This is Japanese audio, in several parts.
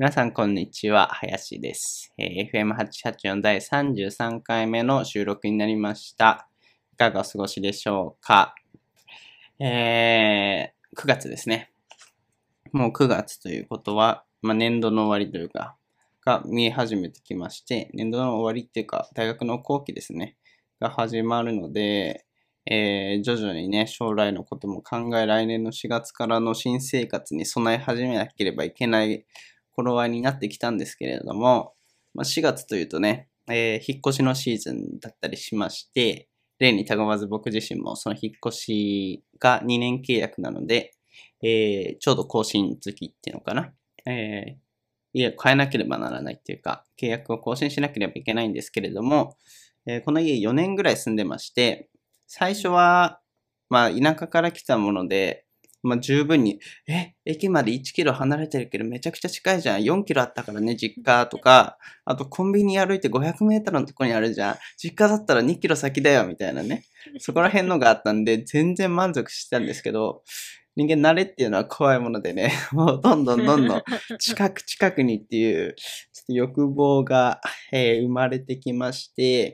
皆さん、こんにちは。林です。FM884 第33回目の収録になりました。いかがお過ごしでしょうか。9月ですね。もう9月ということは、年度の終わりというか、が見え始めてきまして、年度の終わりっていうか、大学の後期ですね、が始まるので、徐々にね、将来のことも考え、来年の4月からの新生活に備え始めなければいけない頃合いになってきたんですけれども、4月というとね、引っ越しのシーズンだったりしまして、例にたがわず僕自身もその引っ越しが2年契約なので、ちょうど更新月っていうのかな。家を変えなければならないっていうか、契約を更新しなければいけないんですけれども、この家4年ぐらい住んでまして、最初は、田舎から来たもので、十分に、駅まで1キロ離れてるけどめちゃくちゃ近いじゃん。4キロあったからね、実家とか、あとコンビニ歩いて500メートルのとこにあるじゃん。実家だったら2キロ先だよ、みたいなね。そこら辺のがあったんで、全然満足してたんですけど、人間慣れっていうのは怖いものでね、もうどんどん近くにっていう、ちょっと欲望が、生まれてきまして、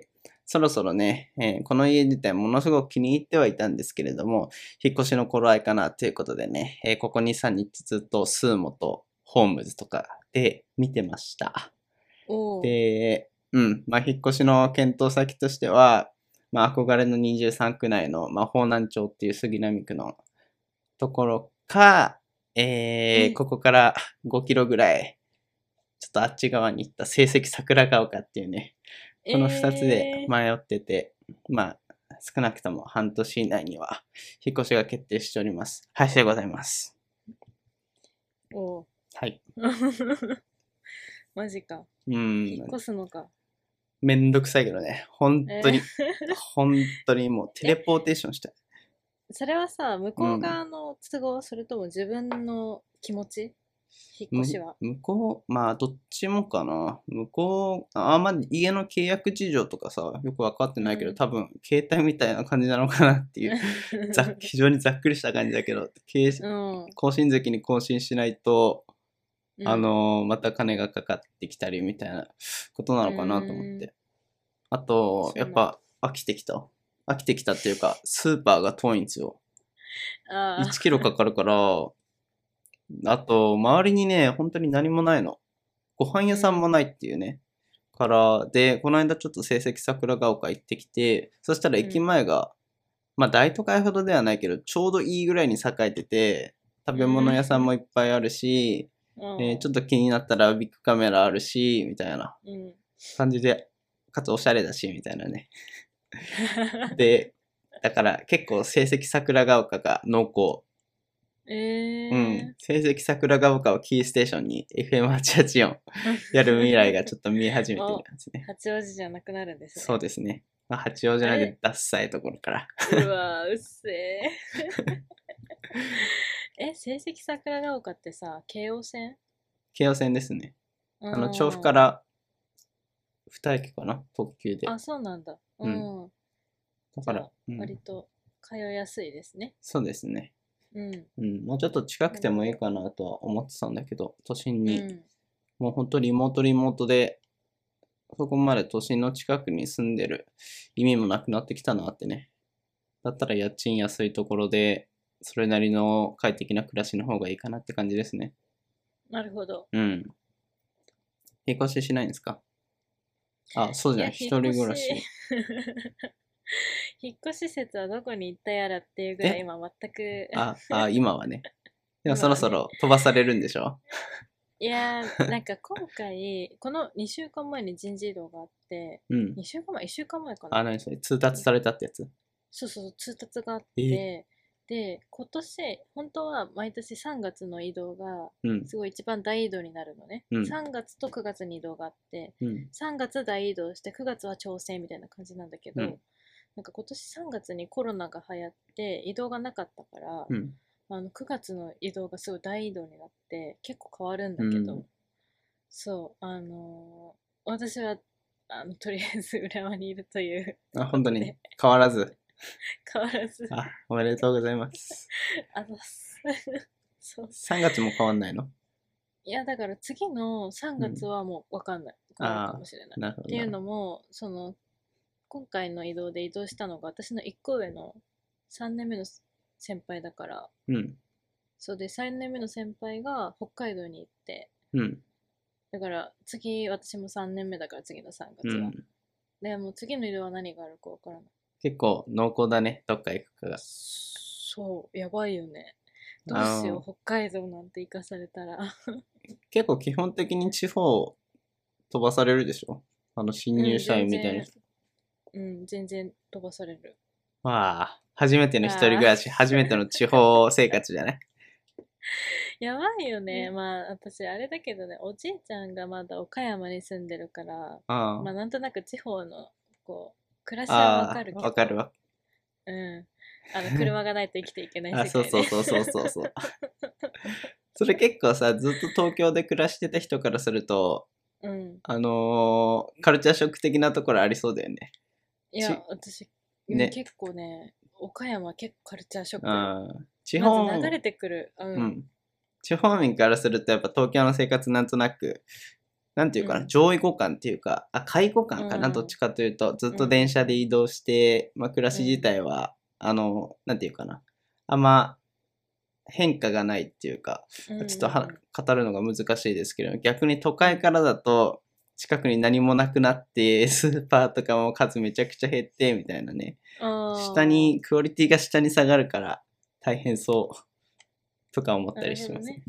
そろそろね、この家自体ものすごく気に入ってはいたんですけれども、引っ越しの頃合いかなということでね、ここ2、3日ずっとスーモとホームズとかで見てました。で、引っ越しの検討先としては、憧れの23区内の、方南町っていう杉並区のところか、ここから5キロぐらい、ちょっとあっち側に行った成績桜ヶ丘っていうね、この2つで迷ってて、少なくとも半年以内には引っ越しが決定しております。林でございます。はい。 マジか。 引っ越すのか。 めんどくさいけどね。本当にもうテレポーテーションしたい。 それはさ、向こう側の都合、それとも自分の気持ち、引っ越しは。 向こう、どっちもかな。向こう、家の契約事情とかさ、よくわかってないけど、多分、携帯みたいな感じなのかなっていう、非常にざっくりした感じだけど、更新月に更新しないと、また金がかかってきたりみたいなことなのかなと思って。あと、やっぱ飽きてきたっていうか、スーパーが遠いんですよ。1キロかかるから、あと、周りにね、本当に何もないの。ご飯屋さんもないっていうね。で、この間ちょっと成績桜ヶ丘行ってきて、そしたら駅前が、大都会ほどではないけど、ちょうどいいぐらいに栄えてて、食べ物屋さんもいっぱいあるし、ちょっと気になったらビッグカメラあるし、みたいな感じで、かつおしゃれだし、みたいなね。で、だから結構成績桜ヶ丘が濃厚。成績桜ヶ丘をキーステーションに FM884 やる未来がちょっと見え始めてるんですね。 八王子じゃなくなるんですね。 そうですね。八王子なんでダッサいところから。 うわうっせえ。成績桜ヶ丘ってさ、京王線ですね。調布から2駅かな、特急で。 あ、そうなんだ。だから、割と通いやすいですね。 そうですね。もうちょっと近くてもいいかなとは思ってたんだけど、都心に、もう本当リモートで、そこまで都心の近くに住んでる意味もなくなってきたなってね。だったら家賃安いところで、それなりの快適な暮らしの方がいいかなって感じですね。 なるほど。 引っ越ししないんですか？あ、そうじゃん。一人暮らし。 引っ越し説はどこに行ったやらっていうぐらい今全く今はね。でもそろそろ飛ばされるんでしょ？ いやなんか今回、この2週間前に人事異動があって、2週間前 ?1 週間前かな。 何それ、通達されたってやつ？ そう、通達があって、で、今年、本当は毎年3月の移動が、すごい一番大移動になるのね。3月と9月に移動があって、3月大移動して9月は調整みたいな感じなんだけど、なんか今年3月にコロナが流行って移動がなかったから、9月の移動がすごい大移動になって結構変わるんだけど、そう私はとりあえず浦和にいるという本当に変わらず変わらずおめでとうございます。 あざっすそう 3月も変わんないの？ いや、だから次の3月はもう分かんない。変わるかもしれない。 なるほど。 っていうのも、今回の移動で移動したのが、私の1個上の3年目の先輩だから、 うん。 そうで、3年目の先輩が北海道に行って、 うん。 だから次、私も3年目だから次の3月は。 うん。 でもう次の移動は何があるか分からない。 結構濃厚だね、どっか行くかが。 そう、やばいよね。どうしよう、北海道なんて行かされたら。 結構基本的に地方飛ばされるでしょ、新入社員みたいな人。 うん、全然飛ばされる。 まあ、初めての一人暮らし、初めての地方生活じゃない？ やばいよね。まあ、私、あれだけどね、おじいちゃんがまだ岡山に住んでるから、まあ、なんとなく地方の、暮らしはわかるけど。 わかるわ。 うん。車がないと生きていけない世界ね。 そう。それ結構さ、ずっと東京で暮らしてた人からすると、 うん。 カルチャーショック的なところありそうだよね。 いや、私、ね、結構ね、岡山結構カルチャーショック。地方、まず流れてくる。うん。 地方民からするとやっぱ東京の生活なんとなく、なんていうかな、上位互換っていうか、介護感かな、どっちかというと、ずっと電車で移動して、まあ暮らし自体は、なんていうかな、あんま変化がないっていうか、ちょっと語るのが難しいですけど、逆に都会からだと、近くに何もなくなって、スーパーとかも数めちゃくちゃ減って、みたいなね。クオリティが下に下がるから大変そう、とか思ったりしますね。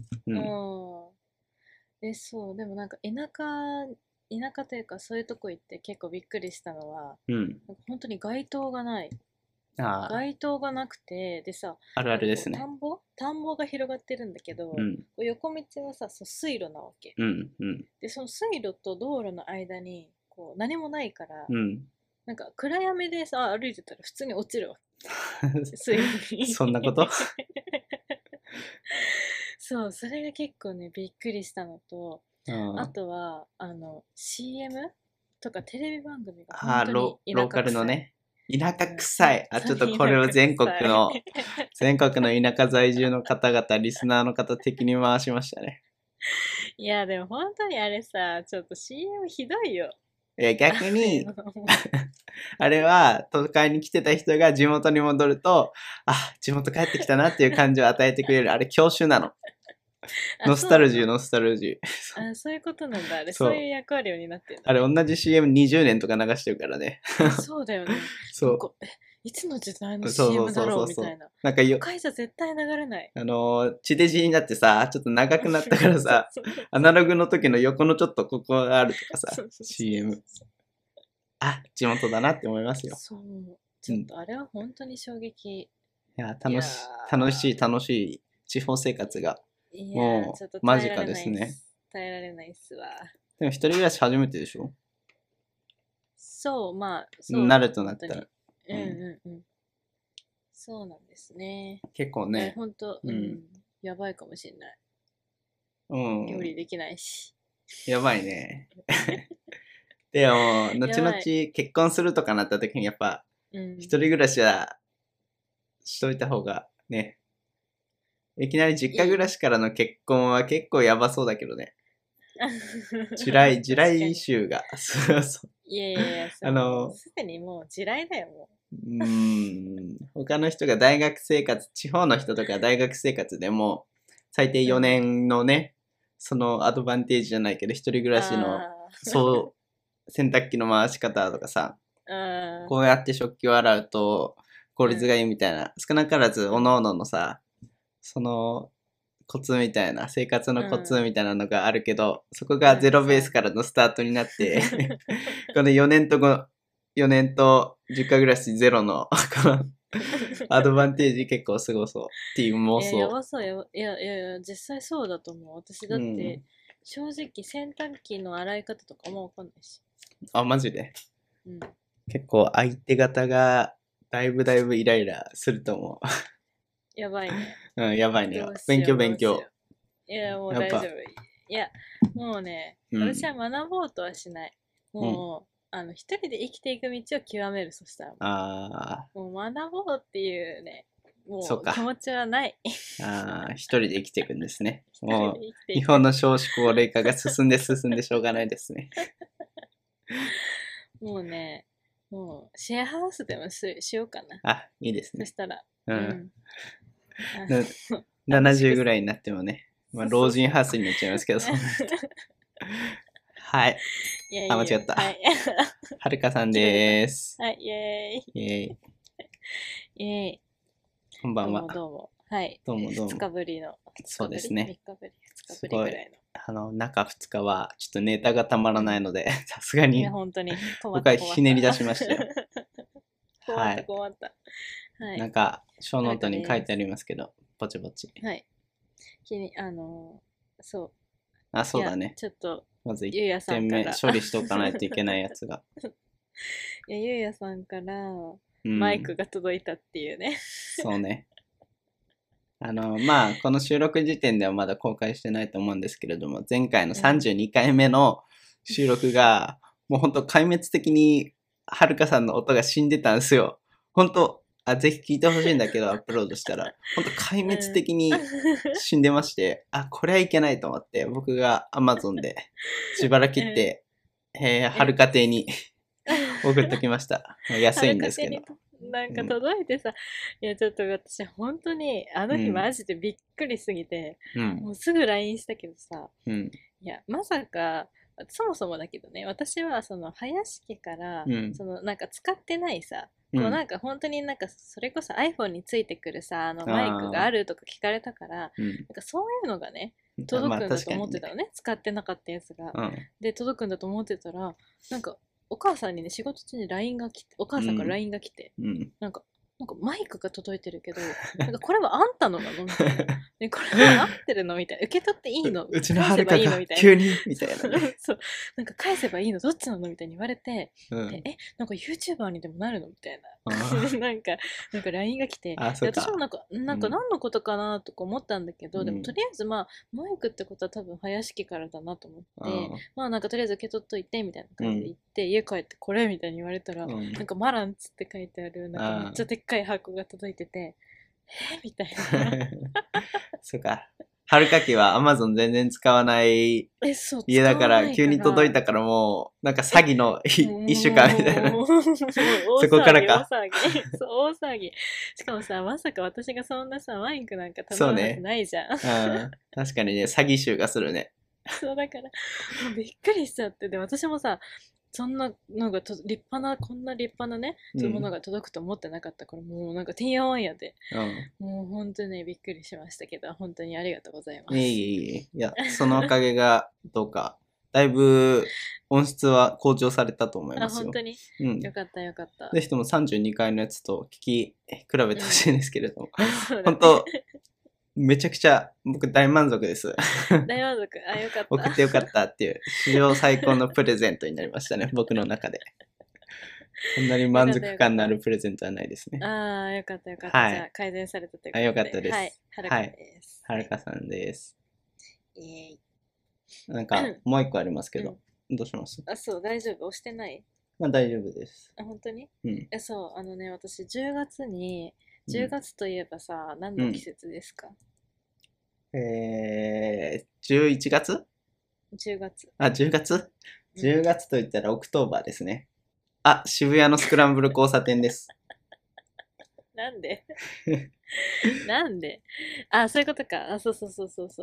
そう、でもなんか田舎というかそういうとこ行って結構びっくりしたのは、なんか本当に街灯がない。街灯がなくて、でさ、 あるあるですね。 田んぼが広がってるんだけど、横道はさ、水路なわけ。で、その水路と道路の間に何もないから、なんか暗闇でさ、歩いてたら普通に落ちるわけ。水路に。 そんなこと？ そう、それが結構ね、びっくりしたのと、あとは、CM とかテレビ番組が本当にローカルのね。田舎臭い。ちょっとこれを全国の田舎在住の方々、リスナーの方的に回しましたね。 いや、でも本当にあれさ、ちょっと CM ひどいよ。 いや、逆に、あれは都会に来てた人が地元に戻ると、地元帰ってきたなっていう感じを与えてくれる。あれ、郷愁なの。ノスタルジー。 そういうことなんだ。あれ、そういう役割を担ってる、ね。 あれ、同じ CM20 年とか流してるからね。 そうだよね。 そう。 いつの時代の CM だろうみたいな。なんか都会じゃ絶対流れない。 地デジになってさ、ちょっと長くなったからさ、アナログの時の横のちょっとここがあるとかさ、CM。地元だなって思いますよ。 そう。ちょっとあれは本当に衝撃。 いや、楽しい地方生活が。もう、間近ですね。 耐えられないっすわ。 でも一人暮らし初めてでしょ？ そう、まあ、 そう。なるとなったら。 そうなんですね。 結構ね。 本当、やばいかもしれない。料理できないし。 やばいね。でも、後々結婚するとかなった時にやっぱ、一人暮らしはしといた方がね。いきなり実家暮らしからの結婚は結構やばそうだけどね。地雷臭が。 いや、すでにもう地雷だよ、もう。他の人が地方の人とか大学生活でも、最低4年のね、そのアドバンテージじゃないけど、一人暮らしの、洗濯機の回し方とかさ、こうやって食器を洗うと効率がいいみたいな、少なからず各々のさ、そのコツみたいな、生活のコツみたいなのがあるけど、そこがゼロベースからのスタートになって、この4年と実家暮らしゼロのこのアドバンテージ結構すごそうっていう妄想。 やばそういや、実際そうだと思う。私だって、正直洗濯機の洗い方とかもわかんないし。 マジで？結構相手方がだいぶイライラすると思う。 やばいね。 やばいね。勉強。 いや、もう大丈夫。いや、もうね、私は学ぼうとはしない。もう、一人で生きていく道を極める、そしたら。もう学ぼうっていうね、 もそうかう気持ちはない。 一人で生きていくんですね。もう日本の少子高齢化が進んでしょうがないですね。 もうね、もうシェアハウスでもしようかな。 あ、いいですね。 そしたら、 70ぐらいになってもね、まあ、老人ハウスになっちゃいますけど、はい。間違った。はるかさんです。 はい、イェーイ。 イェーイ。 イェーイ。 こんばんは。 どうも。はい。 どうも。 2日ぶりの。 そうですね。 3日ぶり、2日ぶりぐらいの。 中2日はちょっとネタがたまらないので、さすがに。 いや、本当に。 僕はひねり出しましたよ。 困った。 はい。なんか、小ノートに書いてありますけど、ぼちぼち。 はい。そう。 あ、そうだね。 ちょっと、 まず1点目処理しておかないといけないやつが。 いや、ゆうやさんからマイクが届いたっていうね。 そうね。まあ、この収録時点ではまだ公開してないと思うんですけれども、前回の32回目の収録が、もうほんと壊滅的にはるかさんの音が死んでたんですよ。ほんと、ぜひ聞いてほしいんだけど、アップロードしたら、ほんと壊滅的に死んでまして、これはいけないと思って、僕が Amazon で自腹切って、はるか亭に送っときました。安いんですけど。 なんか届いてさ、いやちょっと私本当にあの日マジでびっくりすぎて、もうすぐ LINE したけどさ、いやまさかそもそもだけどね、私はその林家から、そのなんか使ってないさ、こうなんか本当になんかそれこそ iPhone についてくるさマイクがあるとか聞かれたから、なんかそういうのがね届くんだと思ってたのね、使ってなかったやつが、で届くんだと思ってたら、なんかお母さんにね、仕事中に LINE が来て、お母さんから LINE が来て、なんかマイクが届いてるけど、なんかこれはあんたのなのみたいな。ね、これは合ってるのみたいな。受け取っていいのうちのはるかが急にみたいな、ね。 そう。なんか返せばいいのどっちなのみたいに言われて、でなんか YouTuber にでもなるのみたいな。なんか LINE が来て、私もなんか何のことかなとか思ったんだけど、でもとりあえずまあ、マイクってことは多分林家からだなと思って、まあなんかとりあえず受け取っといて、みたいな感じで言って、家帰ってこれみたいに言われたら、なんかマランツって書いてある、なんかめっちゃでっかい箱が届いてて、みたいな。 そうか。はるか家は Amazon 全然使わない家だから急に届いたからもうなんか詐欺の一種かみたいな。そこからか。 大騒ぎ。しかもさ、まさか私がそんなさ、マイクなんか頼むはずないじゃん。 確かにね、詐欺臭がするね。 そうだから、もうびっくりしちゃって、で、私もさ、そんなのがこんな立派なね、そういうものが届くと思ってなかったから、もうなんかてんやわんやで、もう本当にね、びっくりしましたけど、本当にありがとうございます。 いや、そのおかげがどうか、だいぶ音質は向上されたと思いますよ。 本当に、よかったよかった。 ぜひとも32回のやつと聞き比べてほしいんですけれども、本当めちゃくちゃ僕大満足です。 大満足。よかった。 送ってよかったっていう、史上最高のプレゼントになりましたね、僕の中で。こんなに満足感のあるプレゼントはないですね。 よかったよかった。じゃあ改善されたということで。 よかったです。 はい、はるかです。 はるかさんです。なんか、もう一個ありますけど、どうします？ そう、大丈夫？押してない？ まあ大丈夫です。 本当に？そう、私10月に、10月といえばさ、何の季節ですか ？11月？ 10月。 10月 ?10 月と言ったらオクトーバーですね。渋谷のスクランブル交差点です。 なんでなんでそういうことか。そう。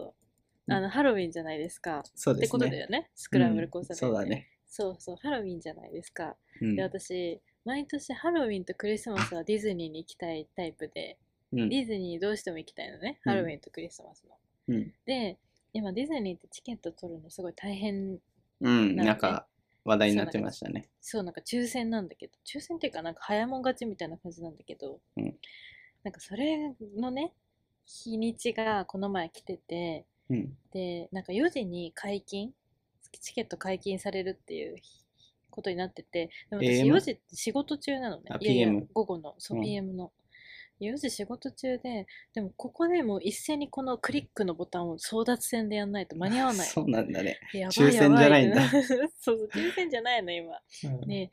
ハロウィンじゃないですか。 そうですね。 ってことだよね。スクランブル交差点、 そうだね。 そう、ハロウィンじゃないですか。で、私、毎年ハロウィンとクリスマスはディズニーに行きたいタイプで、ディズニーどうしても行きたいのね。ハロウィンとクリスマスの。で、今ディズニーってチケット取るのすごい大変なんか話題になってましたね。 そう、なんか抽選なんだけど、抽選っていうかなんか早もん勝ちみたいな感じなんだけど、なんかそれのね、日にちがこの前来てて、で、なんか4時にチケット解禁されるっていうことになってて、でも私4時って仕事中なのね。 PM。 午後の、そう、PM の。4時仕事中で、でもここでもう一斉にこのクリックのボタンを争奪戦でやんないと間に合わない。 そうなんだね。 やばい抽選じゃないんだ。 そう、抽選じゃないの今。で、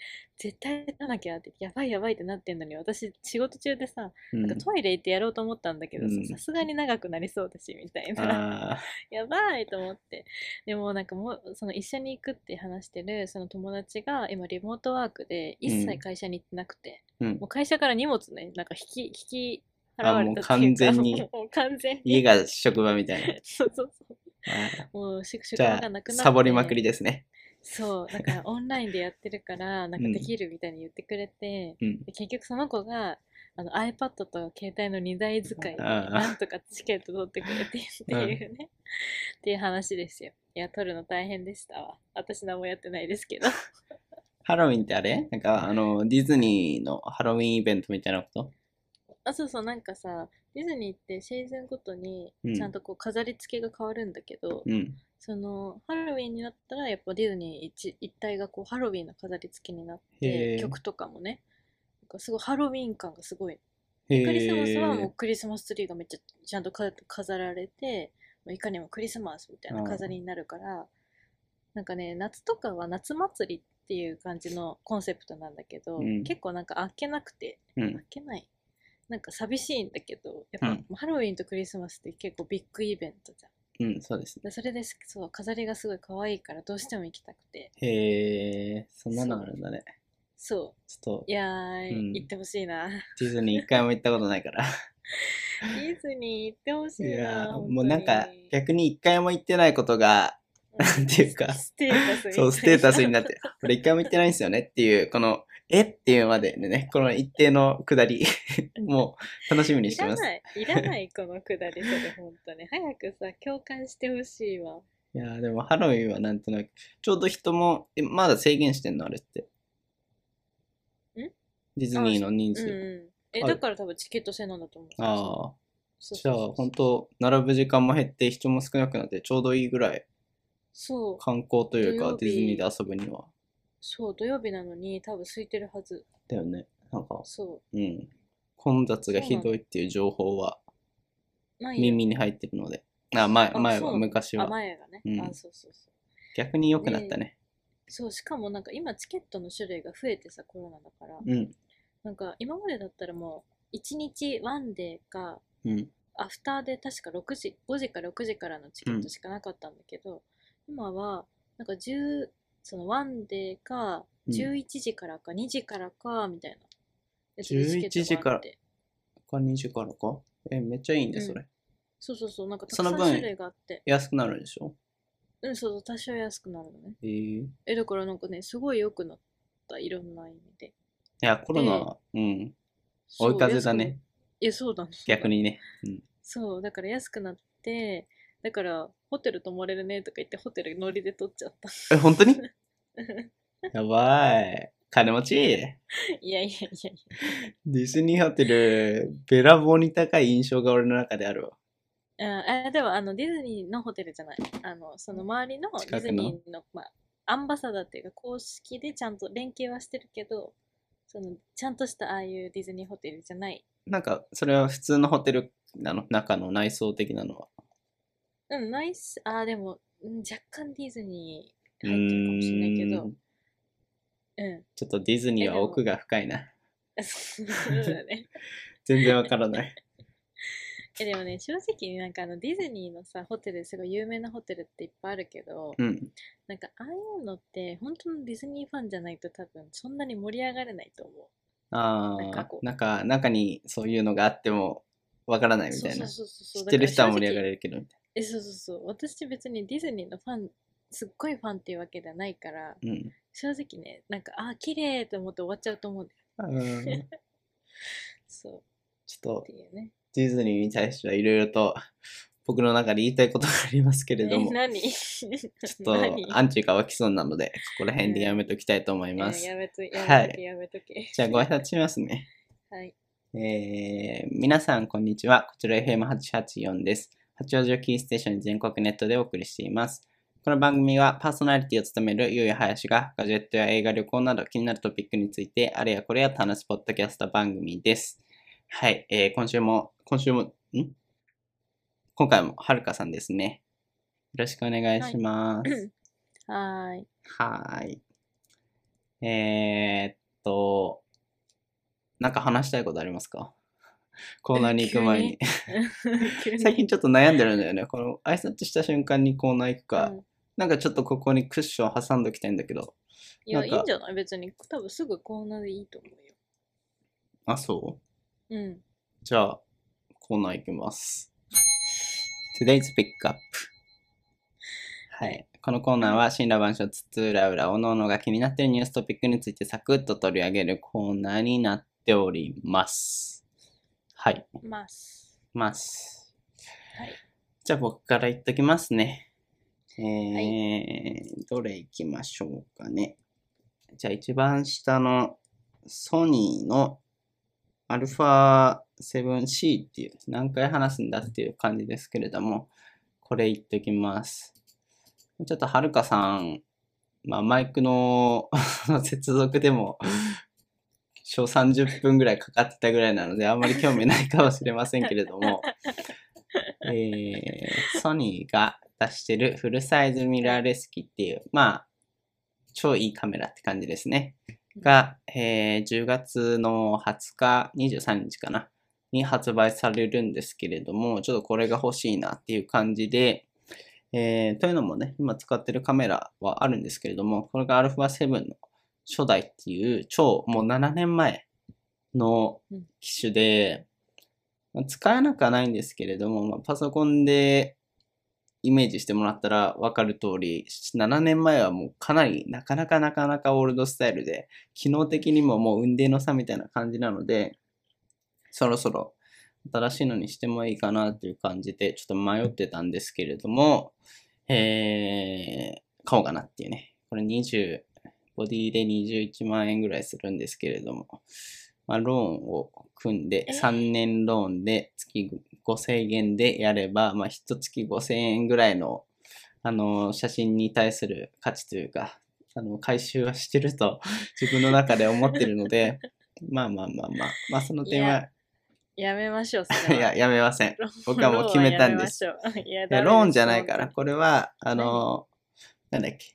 絶対打たなきゃって、やばいやばいってなってんのに、私仕事中でさ、なんかトイレ行ってやろうと思ったんだけどさすがに長くなりそうだし、みたいな。やばいと思って。でもなんかもう、その一緒に行くって話してる、その友達が今リモートワークで一切会社に行ってなくて、もう会社から荷物ね、なんか引き払われたっていうか、もう完全に。 家が職場みたいな。 そうそうそう。もう職場がなくなって。 サボりまくりですね。 そう、だからオンラインでやってるから、なんかできるみたいに言ってくれて、で結局その子が、iPad と携帯の2台使いで、なんとかチケット取ってくれてっていうね、っていう話ですよ。いや、取るの大変でしたわ。私何もやってないですけど。 ハロウィンってあれなんか、ディズニーのハロウィンイベントみたいなこと？ そうそう、なんかさ、ディズニーってシーズンごとにちゃんとこう飾り付けが変わるんだけど、そのハロウィンになったらやっぱディズニー一体がこうハロウィンの飾り付けになって、曲とかもね、なんかすごいハロウィン感がすごい。クリスマスはもうクリスマスツリーがめっちゃちゃんと飾られて、いかにもクリスマスみたいな飾りになるから、なんかね、夏とかは夏祭りっていう感じのコンセプトなんだけど、結構なんかあっけなくて、あっけない。なんか寂しいんだけど、やっぱ、ハロウィンとクリスマスって結構ビッグイベントじゃん。そうですね。 それで、そう、飾りがすごい可愛いからどうしても行きたくて。 へえ、そんなのあるんだね。 そう。 ちょっと。 いやー、行ってほしいな。 ディズニー一回も行ったことないから。 ディズニー行ってほしいな。 もうなんか逆に一回も行ってないことが、なんていうか、 ステータスそう、ステータスになって、これ一回も行ってないんですよねっていう、この、っていうまでね、この一定のくだり、もう楽しみにしてます。 いらない、このくだり、それ本当に。早くさ、共感してほしいわ。 いやでもハロウィンはなんとなく、ちょうど人も、まだ制限してんのあれって。ディズニーの人数。 だから多分チケット制なんだと思う。 ああ。じゃあ、本当並ぶ時間も減って人も少なくなってちょうどいいぐらい。 そう。 観光というか、ディズニーで遊ぶには。 そう、土曜日なのに多分空いてるはず。 だよね。なんか、 そう。混雑がひどいっていう情報は耳に入ってるので。前は、昔は。 前がね。そうそうそう。 逆に良くなったね。 そう、しかもなんか今チケットの種類が増えてさ、コロナだから。なんか今までだったらもう、1日ワンデーか、アフターで確か5時か6時からのチケットしかなかったんだけど、今は、なんかそのワンデーか、11時からか、2時からか、みたいな。 11時からか2時からかめっちゃいいんで、それ。 そうそうそう、なんかたくさん種類があって。 安くなるでしょ？ そうそう、多少安くなるのね。だからなんかね、すごい良くなった、いろんな意味で。いや、コロナは、追い風だね。 いや、そうだね。 逆にね。 そう、だから安くなって、だからホテル泊まれるねとか言ってホテル乗りで取っちゃった。 本当に？やばい。金持ち。いやいやいや。 ディズニーホテル、べらぼうに高い印象が俺の中であるわ。 でもディズニーのホテルじゃない。その周りのディズニーの、アンバサダーっていうか公式でちゃんと連携はしてるけど、ちゃんとしたああいうディズニーホテルじゃない。 なんか、それは普通のホテルなの？中の内装的なのは。 でも、若干ディズニー入ってるかもしれないけど、 ちょっとディズニーは奥が深いな。 そうだね。 全然わからない。 でもね、正直なんかディズニーのさ、ホテルすごい有名なホテルっていっぱいあるけど、なんかああいうのって本当のディズニーファンじゃないと多分そんなに盛り上がれないと思う。 なんか中にそういうのがあってもわからないみたいな。知ってる人は盛り上がれるけどみたいな。そうそうそう。私別にディズニーのファン、すっごいファンっていうわけではないから、正直ね、なんか、綺麗と思って終わっちゃうと思うんだよ。そう。 ちょっと、ディズニーに対してはいろいろと僕の中で言いたいことがありますけれども、 何ちょっとアンチが湧きそうなので、ここら辺でやめときたいと思います。 やめとけ。 じゃあご挨拶しますね。 はい。 皆さんこんにちは。こちら FM884 です。八王子をキーステーションに全国ネットでお送りしています。この番組はパーソナリティを務めるゆうやはやしがガジェットや映画旅行など気になるトピックについてあれやこれやと話すポッドキャスト番組です。はい、今回もはるかさんですね。よろしくお願いします。 はい。 なんか話したいことありますか？コーナーに行く前に。最近ちょっと悩んでるんだよね。この挨拶した瞬間にコーナー行くか、なんかちょっとここにクッション挟んどきたいんだけど。 いや、いいんじゃない？別に。多分すぐコーナーでいいと思うよ。 あ、そう？うん。 じゃあ、コーナー行きます。Today's Pickup。はい。このコーナーは、神羅万象、つつ裏裏、おのおのが気になっているニューストピックについてサクッと取り上げるコーナーになっております。はい。 ます。 はい。じゃあ僕から言っときますね。はい、どれ行きましょうかね。じゃあ一番下のソニーの α7C っていう、何回話すんだっていう感じですけれども、これ言っときます。ちょっとはるかさん、マイクの接続でも、小30分ぐらいかかってたぐらいなので、あんまり興味ないかもしれませんけれども、ソニーが出してるフルサイズミラーレス機っていう、超いいカメラって感じですね。が、10月の20日、23日かな、に発売されるんですけれども、ちょっとこれが欲しいなっていう感じで、というのもね、今使ってるカメラはあるんですけれども、これが α7 の初代っていうもう7年前の機種で、使えなくはないんですけれども、パソコンでイメージしてもらったら分かる通り、7年前はもうかなりなかなかオールドスタイルで、機能的にももう雲泥の差みたいな感じなので、そろそろ新しいのにしてもいいかなっていう感じで、ちょっと迷ってたんですけれども、買おうかなっていうね。これボディで21万円ぐらいするんですけれども、ローンを組んで、3年ローンで月5000円でやれば、一月5000円ぐらいの、写真に対する価値というか、回収はしてると自分の中で思ってるので、その点は、 やめましょう、それは。 いや、やめません。僕はもう決めたんです。 ローンじゃないから、これは、なんだっけ、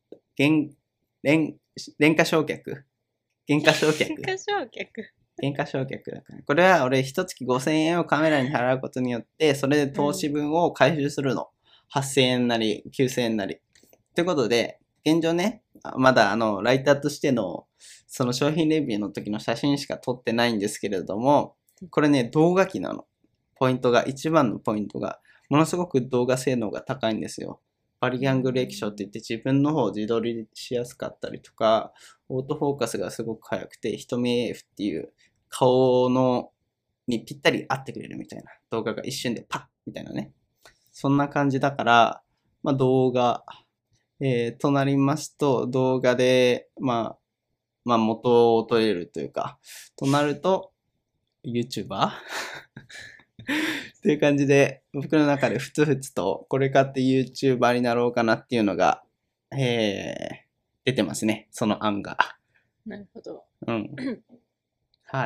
減価償却減価償却減価償却だから。これは俺一月5000円をカメラに払うことによって、それで投資分を回収するの。8000円なり、9000円なり。ということで、現状ね、まだライターとしての、その商品レビューの時の写真しか撮ってないんですけれども、これね、動画機なの。一番のポイントが、ものすごく動画性能が高いんですよ。バリアングル液晶って言って自分の方を自撮りしやすかったりとか、オートフォーカスがすごく速くて、一目 AF っていう顔にぴったり合ってくれるみたいな動画が一瞬でパッみたいなね。そんな感じだから、動画、となりますと、動画で、元を取れるというか、となると、YouTuber っていう感じで、僕の中でふつふつと、これ買って YouTuber になろうかなっていうのが、出てますね。その案が。 なるほど。 うん。はい。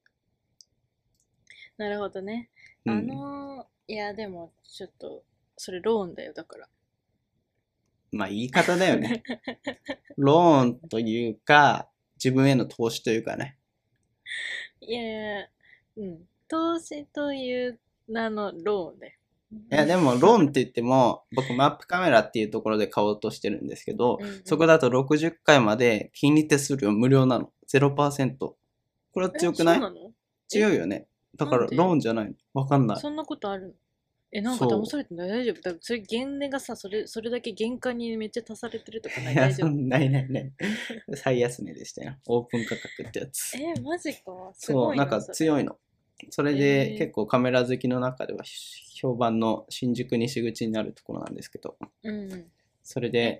なるほどね。いや、でも、ちょっと、それローンだよ、だから。 言い方だよね。ローンというか、自分への投資というかね。 いや、投資という名のローンだよ。 いや、でも、ローンって言っても、僕、マップカメラっていうところで買おうとしてるんですけど、そこだと60回まで金利手数料無料なの。0%。これは強くない？ そうなの？ 強いよね。だから、ローンじゃないの。わかんない。 そんなことあるの？なんか騙されてない？大丈夫？だからそれ原値がさ、それだけ原価にめっちゃ足されてるとかない？大丈夫？ ない。最安値でしたよ。オープン価格ってやつ。 マジか。すそう、 ごいな。 なんか強いの。それで結構カメラ好きの中では評判の新宿西口になるところなんですけど、それで、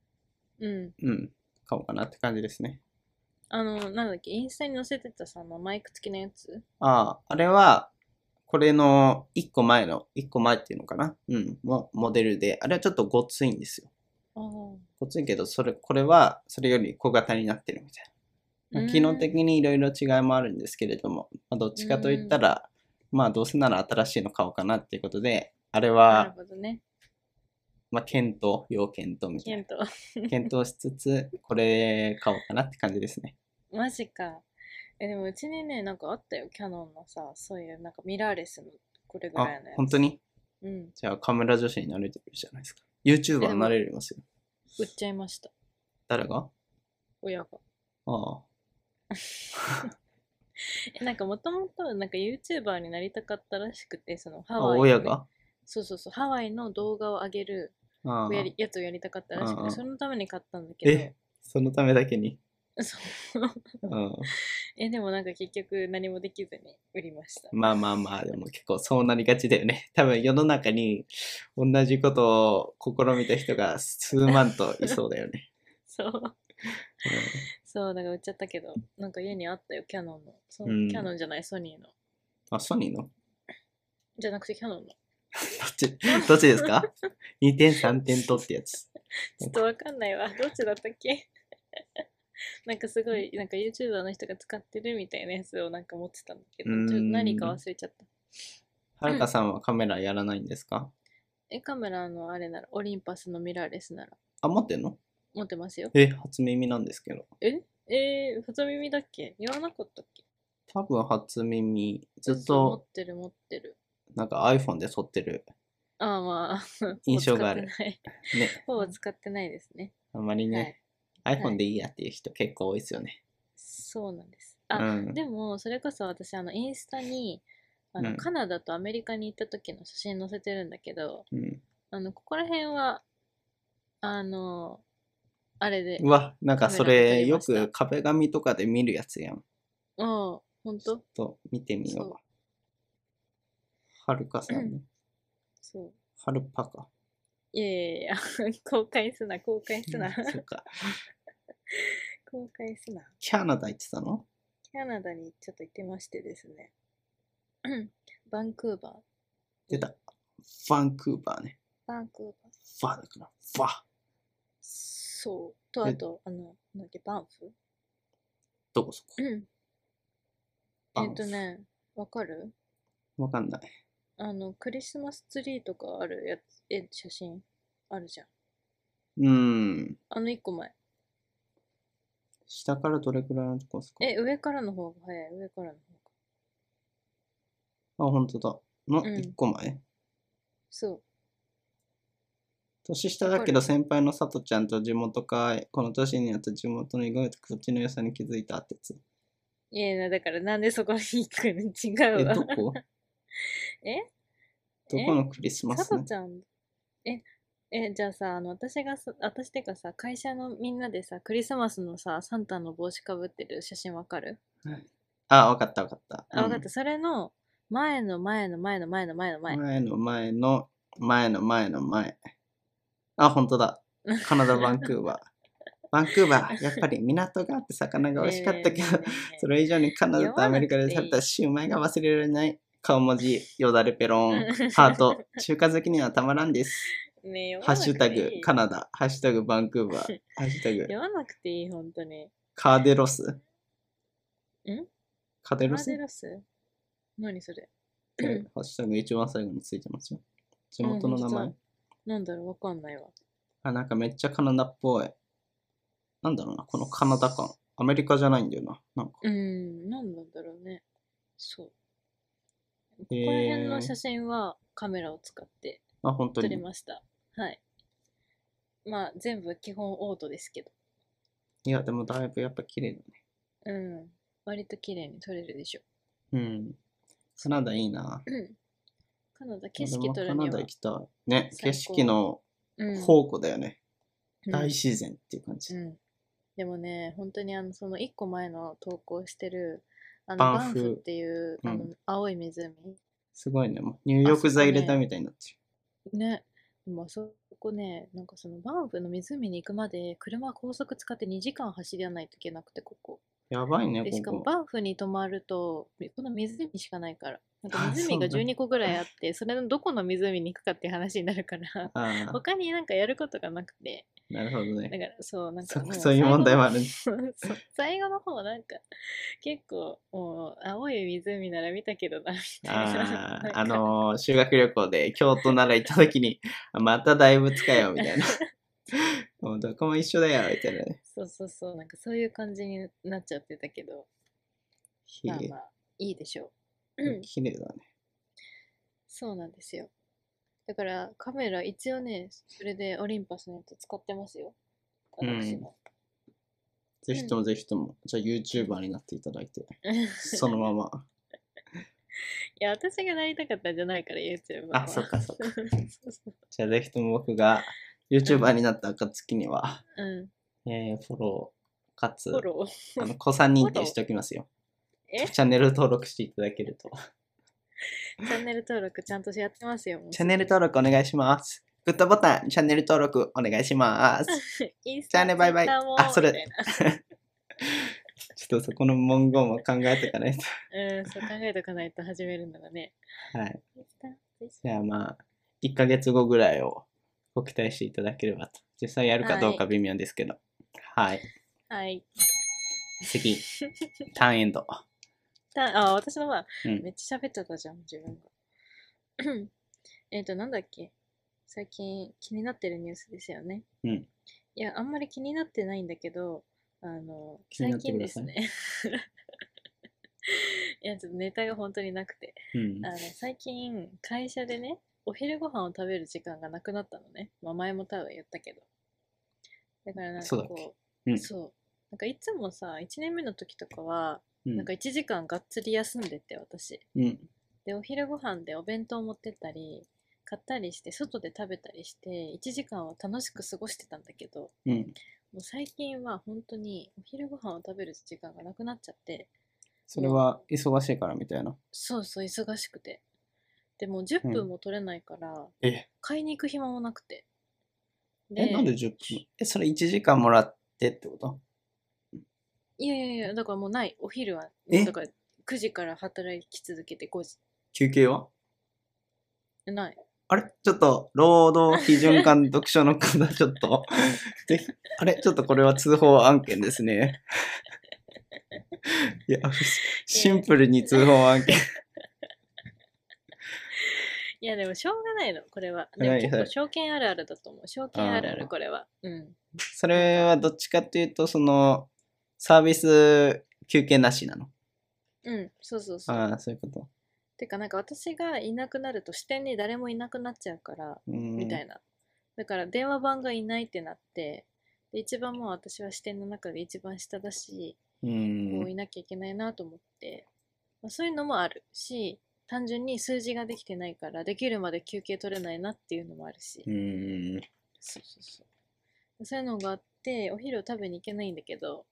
買おうかなって感じですね。 なんだっけ、インスタに載せてたさ、マイク付きのやつ？ あれは、これの1個前っていうのかな？モデルで、あれはちょっとごついんですよ。ごついけど、これはそれより小型になってるみたいな。機能的にいろいろ違いもあるんですけれども、どっちかといったら、どうせなら新しいの買おうかなっていうことで、あれは、 なるほどね。 要検討みたいな。検討しつつ、これ買おうかなって感じですね。 マジか。でもうちにね、なんかあったよ、キャノンのさ、そういうなんかミラーレスのこれぐらいのやつ。 本当に？ うん。 じゃあカメラ女子になれてるじゃないですか。YouTuber になれますよ。 売っちゃいました。 誰が？ 親が。 ああ。 なんかもともとなんか YouTuber になりたかったらしくて、そのハワイの、ね、 親が？ そうそうそう、ハワイの動画を上げるやつをやりたかったらしくて、そのために買ったんだけど。 そのためだけに？ そう。でもなんか結局何もできずに売りました。 まあ、でも結構そうなりがちだよね。多分世の中に同じことを試みた人が数万といそうだよね。 そう。そう、だから売っちゃったけど、なんか家にあったよ、キャノンの。キャノンじゃない、ソニーの。 あ、ソニーの？ じゃなくてキャノンの。 どっちですか？ 2 点、3点とってやつ。 ちょっとわかんないわ。どっちだったっけ？なんかすごい、なんか YouTuber の人が使ってるみたいなやつをなんか持ってたんだけど、ちょっと何か忘れちゃった。 はるかさんはカメラやらないんですか？ カメラのあれなら、オリンパスのミラーレスなら。 あ、持ってんの？ 持ってますよ。 初耳なんですけど。 初耳だっけ？言わなかったっけ？ 多分初耳。ずっと持ってる。 なんか iPhone で撮ってるまあ、 印象がある。 ね。ほぼ使ってないですね。 あんまりね、iPhone でいいやっていう人結構多いですよね。 そうなんです。でも、それこそ私、インスタに、カナダとアメリカに行った時の写真載せてるんだけど、ここら辺は、あれで。 うわ、なんかそれよく壁紙とかで見るやつやん。 ほんと？ ちょっと見てみよう。はるかさんね。 そう。 はるぱか。 いや公開すな。そっか。公開すな。 キャナダ行ってたの？ キャナダにちょっと行ってましてですね。バンクーバー。 出た。バンクーバーね。 バンクーバー。 ファだから。ファ。 そう。と、あと、なんだっけ、バンフ？ どこそこ？ わかる？ わかんない。 クリスマスツリーとかあるやつ、写真あるじゃん。 一個前。 下からどれくらいのとこですか？ 上からの方が早い。上からの方が。 あ、ほんとだ。の1個前？ そう。 年下だけど先輩のさとちゃんと地元か、この年になった地元の意外とこっちの良さに気づいたってやつ。 いや、だからなんでそこに行くの？違うわ。 どこ？どこのクリスマス？ さとちゃん。じゃあさ、私ってかさ、会社のみんなでさ、クリスマスのさ、サンタの帽子かぶってる写真わかる？ わかった。 わかった。それの、前の前。 あ、ほんとだ。カナダ、バンクーバー。やっぱり港があって魚が美味しかったけど、それ以上にカナダとアメリカで食べたシューマイが忘れられない。顔文字、よだれペロン、ハート、中華好きにはたまらんです。ハッシュタグ、カナダ、ハッシュタグ、バンクーバー、ハッシュタグ。 読まなくていい、本当に。 カーデロス？カデロス？ 何それ？ ハッシュタグ一番最後についてますよ。地元の名前？ なんだろう、わかんないわ。 なんかめっちゃカナダっぽい。なんだろうな、このカナダ感。アメリカじゃないんだよな。 なんなんだろうね。そう。ここら辺の写真はカメラを使って撮りました。はい。まあ全部基本オートですけど。 いや、でもだいぶやっぱ綺麗だね。割と綺麗に撮れるでしょ。 カナダいいな。 カナダ景色撮るには。 カナダ行きたい。ね、景色の宝庫だよね。大自然っていう感じ。 でもね、本当にその1個前の投稿してる、バンフっていう、青い湖。 すごいね、もう入浴剤入れたみたいになってる。ね。でもそこね、なんかそのバンフの湖に行くまで、車高速使って2時間走らないといけなくて、ここ。 やばいね、 しかもバンフに泊まると、この湖しかないから。なんか湖が12個ぐらいあって、それのどこの湖に行くかっていう話になるから他になんかやることがなくて。 なるほどね。 だからそういう問題もある。 最後の方なんか結構もう青い湖なら見たけどなみたいな。修学旅行で京都なら行った時にまた大仏かよみたいな。もうどこも一緒だよみたいなね。 そうそうそう、なんかそういう感じになっちゃってたけど、まあまあ、いいでしょう。 綺麗だね。 そうなんですよ。だからカメラ一応ね、それでオリンパスのやつ使ってますよ。私も。 ぜひともぜひとも、じゃあ YouTuber になっていただいて、そのまま。 いや、私がなりたかったんじゃないから、YouTuber は。 あ、そっかそっか。じゃあぜひとも僕が YouTuber になった暁には、フォローかつ、子さん認定しておきますよ。チャンネル登録していただけると。 チャンネル登録ちゃんとやってますよ。 チャンネル登録お願いします。グッドボタン、チャンネル登録お願いします。じゃあね、バイバイ。あ、それ。ちょっとそこの文言も考えていかないと。 そう考えておかないと始めるのがね。 はい。じゃあまあ、1ヶ月後ぐらいをご期待していただければと。実際やるかどうか微妙ですけど。はい。 はい。 次、ターンエンド。 私のは、めっちゃ喋っちゃったじゃん、自分が。なんだっけ最近気になってるニュースですよね。いや、あんまり気になってないんだけど、最近ですね。いや、ちょっとネタが本当になくて。最近、会社でね、お昼ご飯を食べる時間がなくなったのね。まあ前も多分言ったけど。だからなんかこう、そう。なんかいつもさ、1年目の時とかは、なんか1時間がっつり休んでて、私。で、お昼ご飯でお弁当持ってったり、買ったりして、外で食べたりして、1時間を楽しく過ごしてたんだけど、もう最近は本当にお昼ご飯を食べる時間がなくなっちゃって、 それは忙しいからみたいな。 そうそう、忙しくて。でも10分も取れないから、買いに行く暇もなくて。 なんで10分？それ1時間もらってってこと？ いやいやいや、だからもうない。お昼は、だから9時から働き続けて5時。 休憩は？ ない。 あれちょっと、労働基準監督署の方、ちょっと、ぜひ、あれちょっとこれは通報案件ですね。いや、シンプルに通報案件。 いや、でもしょうがないの、これは。でも結構証券あるあるだと思う。証券あるある、これは。 それはどっちかっていうと、その、サービス休憩なしなの？ そうそうそう。 ああ、そういうこと。 てか、なんか私がいなくなると支店に誰もいなくなっちゃうから、みたいな。だから電話番がいないってなって、で一番もう私は支店の中で一番下だし、もういなきゃいけないなと思って、そういうのもあるし、単純に数字ができてないからできるまで休憩取れないなっていうのもあるし、そうそうそう。そういうのがあってお昼を食べに行けないんだけど、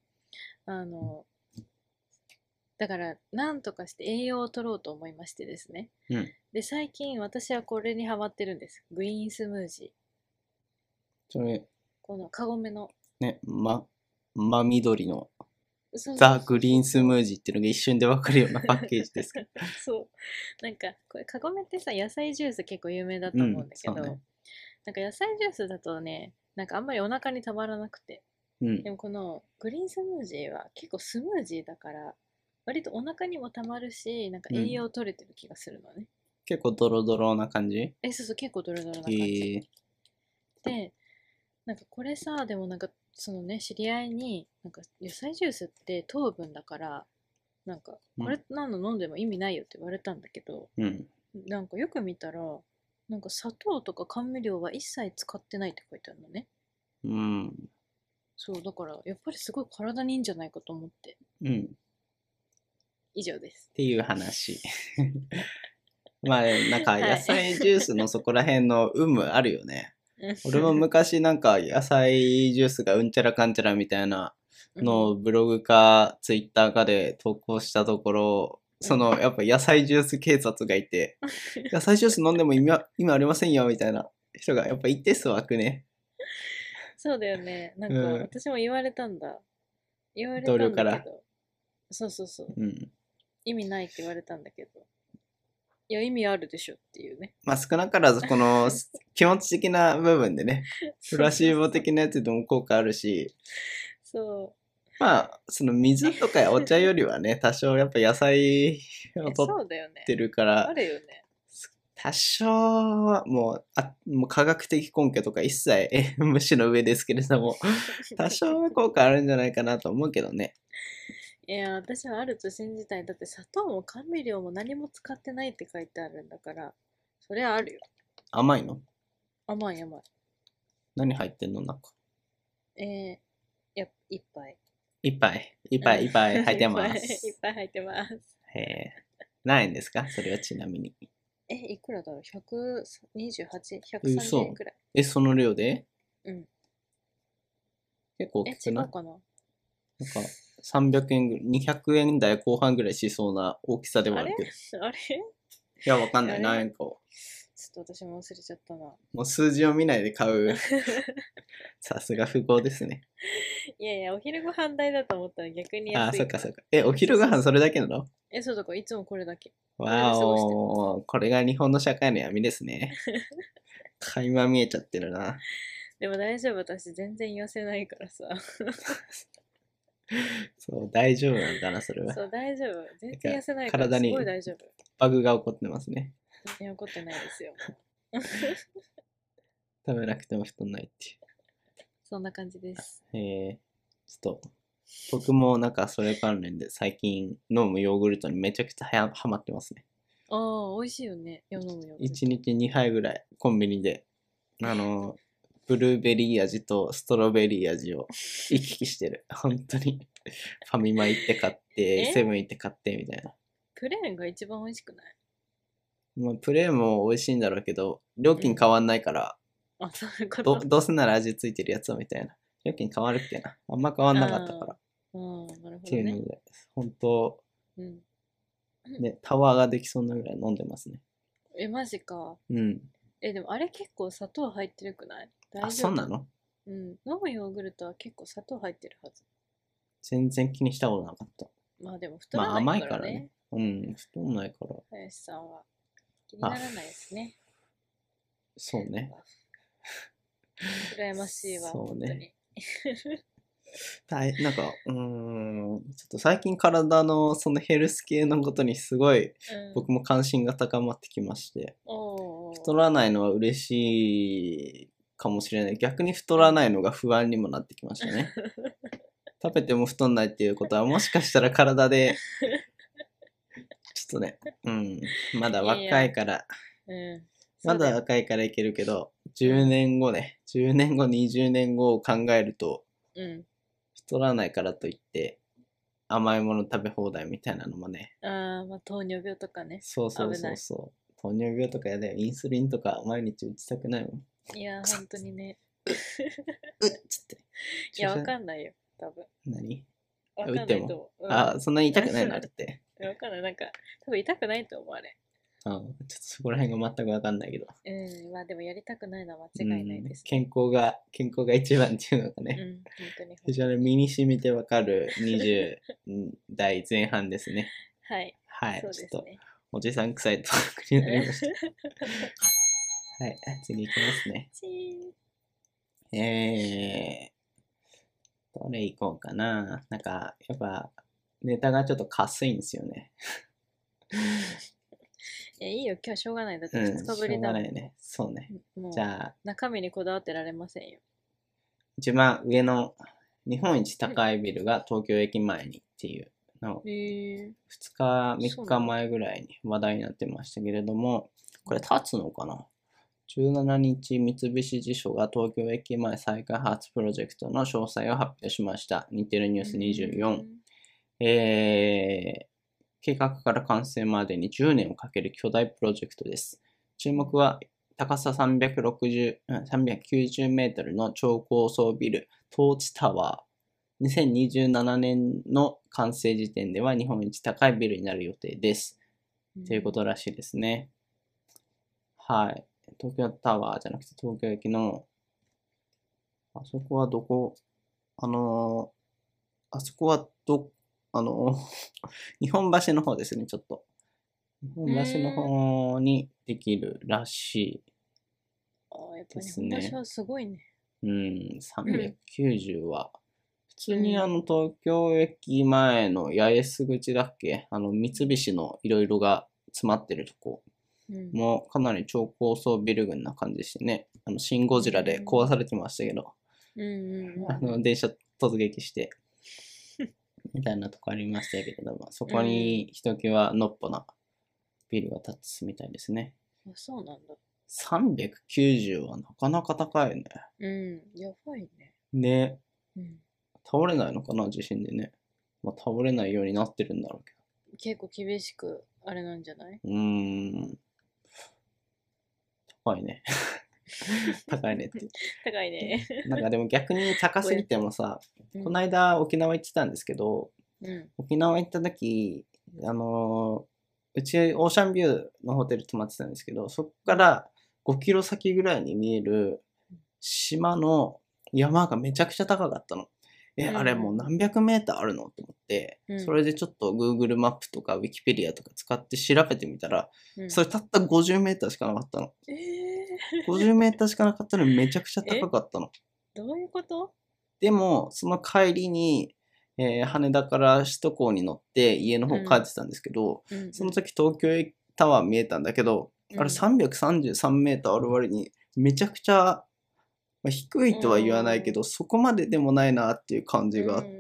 だからなんとかして栄養を取ろうと思いましてですね、で最近私はこれにハマってるんです。グリーンスムージー。 それこのカゴメのね、真緑のザ・グリーンスムージーっていうのが一瞬で分かるようなパッケージですか。 そう。なんか、これ、カゴメってさ、野菜ジュース結構有名だと思うんだけど、なんか野菜ジュースだとね、なんかあんまりお腹にたまらなくて。でもこのグリーンスムージーは結構スムージーだから、割とお腹にもたまるし、なんか栄養取れてる気がするのね。 結構ドロドロな感じ？ そうそう、結構ドロドロな感じ。で、なんかこれさ、でもなんかそのね、知り合いに、なんか野菜ジュースって糖分だから、なんかこれなの飲んでも意味ないよって言われたんだけど、なんかよく見たら、なんか砂糖とか甘味料は一切使ってないって書いてあるのね。そう、だからやっぱりすごい体にいいんじゃないかと思って。以上です。 っていう話。まあ、なんか野菜ジュースのそこら辺の有無あるよね。俺も昔なんか野菜ジュースがうんちゃらかんちゃらみたいなのをブログかツイッターかで投稿したところ、そのやっぱ野菜ジュース警察がいて、野菜ジュース飲んでも意味ありませんよみたいな人がやっぱ一定数湧くね。 そうだよね。なんか私も言われたんだ。言われたんだけど。そうそうそう。意味ないって言われたんだけど。いや、意味あるでしょっていうね。 まあ少なからずこの気持ち的な部分でね、プラシーボ的なやつでも効果あるし、 そう。 まあ、その水とかお茶よりはね、多少やっぱ野菜を取ってるから、 あるよね。 多少はもう科学的根拠とか一切無視の上ですけれども、多少は効果あるんじゃないかなと思うけどね。 いや、私はあると信じたい。だって砂糖も甘味料も何も使ってないって書いてあるんだから、それはあるよ。 甘いの？ 甘い甘い。 何入ってんの中？ 一杯。 一杯入ってます。 いっぱい入ってます。 へえ。何円ですかそれはちなみに。 いくらだろう ?128、130円くらい。 その量で？ うん。 結構大きくない？ 違うかな？ なんか300円ぐらい、200円台後半ぐらいしそうな大きさではあるけど。 あれいや、わかんない。何円かを。 ちょっと私も忘れちゃったな。 もう数字を見ないで買う。さすが富豪ですね。 いやいや、お昼ご飯代だと思ったら逆に安い。 そっかそっか。お昼ご飯それだけなの？ そうだからいつもこれだけ。 わお、これが日本の社会の闇ですね。垣間見えちゃってるな。 でも大丈夫、私全然痩せないからさ。 そう、大丈夫なんだな、それは。 そう、大丈夫。全然痩せないからすごい大丈夫。 バグが起こってますね。 いや、起こってないですよ。 食べなくても太んないっていう。 そんな感じです。 ちょっと、僕もなんかそれ関連で最近飲むヨーグルトにめちゃくちゃハマってますね。 美味しいよね。飲むヨーグルト。 1日2杯ぐらいコンビニで、ブルーベリー味とストロベリー味を行き来してる。本当に。ファミマ行って買って、セブン行って買ってみたいな。 プレーンが一番美味しくない？ まあ、プレーンも美味しいんだろうけど、料金変わんないから、 そういうこと。 どうせなら味ついてるやつをみたいな。料金変わるっけな。あんま変わんなかったから。 なるほどね。 っていうので、本当、ね、タワーができそうなぐらい飲んでますね。 マジか。 うん。 でもあれ結構砂糖入ってるくない？大丈夫？ そうなの？ うん。飲むヨーグルトは結構砂糖入ってるはず。 全然気にしたことなかった。 まあでも太らないからね。 甘いからね。うん、太んないから。 林さんは気にならないですね。 そうね。 羨ましいわ。 そうね。 本なんか、ちょっと最近体のそのヘルス系のことにすごい僕も関心が高まってきまして、太らないのは嬉しいかもしれない。逆に太らないのが不安にもなってきましたね。食べても太んないっていうことはもしかしたら体で、ちょっとね、まだ若いから、まだ若いからいけるけど、10年後ね、10年後、20年後を考えると、太らないからといって甘いもの食べ放題みたいなのもね。 まあ糖尿病とかね。 そう。糖尿病とかやだよ。インスリンとか毎日打ちたくないもん。 いや、本当にね。 つって。 いや、わかんないよ、多分。 何？ 打っても。 そんなに痛くないのあれって。 わかんない。なんか、多分痛くないと思う、あれ。 ちょっとそこら辺が全くわかんないけど。 まあでもやりたくないのは間違いないです、 ね。健康が一番っていうのがね。 本当に。 非常に身に染みてわかる20代前半ですね。 はい。 はい。ちょっと、おじさん臭いトークになりました。はい。次行きますね。どれ行こうかな。なんか、やっぱ、ネタがちょっとかすいんですよね。 いいよ、今日しょうがない。だって2日ぶりだもん。 しょうがないね。そうね。じゃあ、 中身にこだわってられませんよ。 一番上の日本一高いビルが東京駅前にっていうのを、2日、3日前ぐらいに話題になってましたけれども、これ立つのかな？17日、三菱地所が東京駅前再開発プロジェクトの詳細を発表しました。日テレニュース24。計画から完成までに10年をかける巨大プロジェクトです。注目は高さ390メートルの超高層ビル、トーチタワー。2027年の完成時点では日本一高いビルになる予定です。ということらしいですね。はい。東京タワーじゃなくて東京駅の、あそこはどこ、あそこは日本橋の方ですね、ちょっと。日本橋の方にできるらしいですね。 やっぱ日本橋はすごいね。 390は、普通に東京駅前の八重洲口だっけ？三菱のいろいろが詰まってるとこ。 もうかなり超高層ビル群な感じでしてね、シン・ゴジラで壊されてましたけど、電車突撃して、みたいなとこありましたけれども、そこにひときわのっぽなビルが建つみたいですね。 そうなんだ。 390はなかなか高いね。 やばいね。 ね。倒れないのかな、地震でね。まあ、倒れないようになってるんだろうけど。 結構厳しく、あれなんじゃない？ 高いね。高いねって。 高いね。 なんかでも逆に高すぎてもさ、この間沖縄行ってたんですけど、沖縄行った時、うちオーシャンビューのホテル泊まってたんですけど、そこから5キロ先ぐらいに見える島の山がめちゃくちゃ高かったの。あれもう何百メーターあるのと思って、それでちょっと Google マップとか Wikipedia とか使って調べてみたら、それたった50メーターしかなかったの。50メーターしかなかったのにめちゃくちゃ高かったの。 どういうこと？ でも、その帰りに、羽田から首都高に乗って家の方帰ってたんですけど、その時東京タワー見えたんだけど、あれ333メーターある割にめちゃくちゃ、低いとは言わないけど、そこまででもないなっていう感じがあって、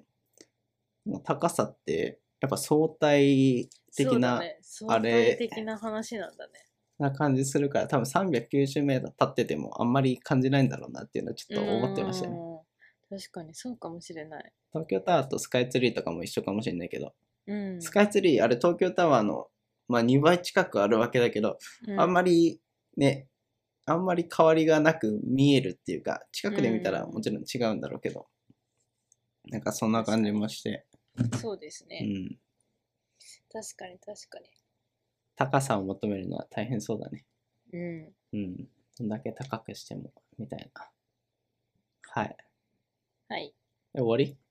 高さってやっぱ相対的な、 相対的な話なんだね。 な感じするから、多分390メーター立っててもあんまり感じないんだろうなっていうのはちょっと思ってましたね。 確かにそうかもしれない。 東京タワーとスカイツリーとかも一緒かもしれないけど、スカイツリー、あれ東京タワーの、2倍近くあるわけだけど、あんまりね、あんまり変わりがなく見えるっていうか、近くで見たらもちろん違うんだろうけど、なんかそんな感じもして。 そうですね。確かに確かに。 高さを求めるのは大変そうだね。どんだけ高くしても、みたいな。はい。 はい。 終わり？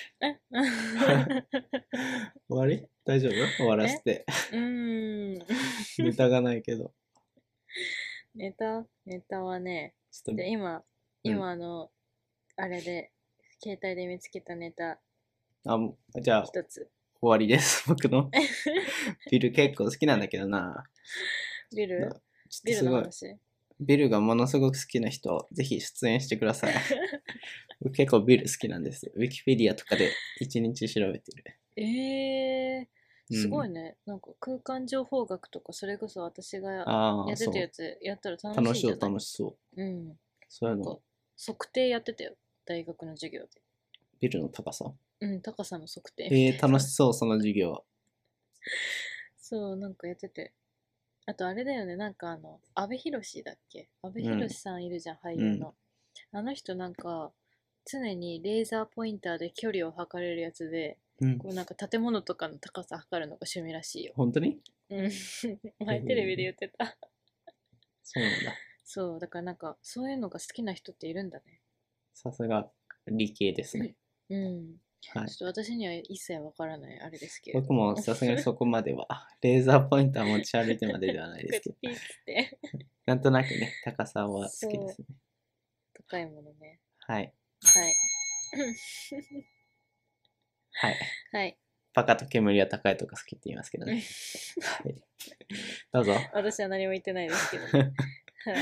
終わり？大丈夫？終わらせて。ネタがないけど。 ネタはね、で今あれで、携帯で見つけたネタ。 じゃあ、一つ。終わりです、僕の。ビル結構好きなんだけどな。 ビルの話？ ビルがものすごく好きな人、ぜひ出演してください。結構ビル好きなんです。ウィキペディアとかで一日調べてる。 すごいね。なんか空間情報学とか、それこそ私がやってたやつやったら楽しいじゃない？ 楽しそう。そういうの。 測定やってたよ。大学の授業で。 ビルの高さ？ 高さの測定。 楽しそう、その授業。 そう、なんかやってて。あとあれだよね、なんか阿部寛だっけ？阿部寛さんいるじゃん、俳優の。あの人なんか、常にレーザーポインターで距離を測れるやつで、こうなんか建物とかの高さ測るのが趣味らしいよ。 本当に？ 前テレビで言ってた。 そうなんだ。 そう、だからなんか、そういうのが好きな人っているんだね。 さすが理系ですね。 はい、ちょっと私には一切わからないあれですけど。 僕もさすがにそこまでは、レーザーポインター持ち歩いてまでではないですけど。なんとなくね、高さは好きですね。 高いものね。 はい。 はい。 はい。 はい。 バカと煙は高いとか好きって言いますけどね。はい。どうぞ。 私は何も言ってないですけど、ね。はい。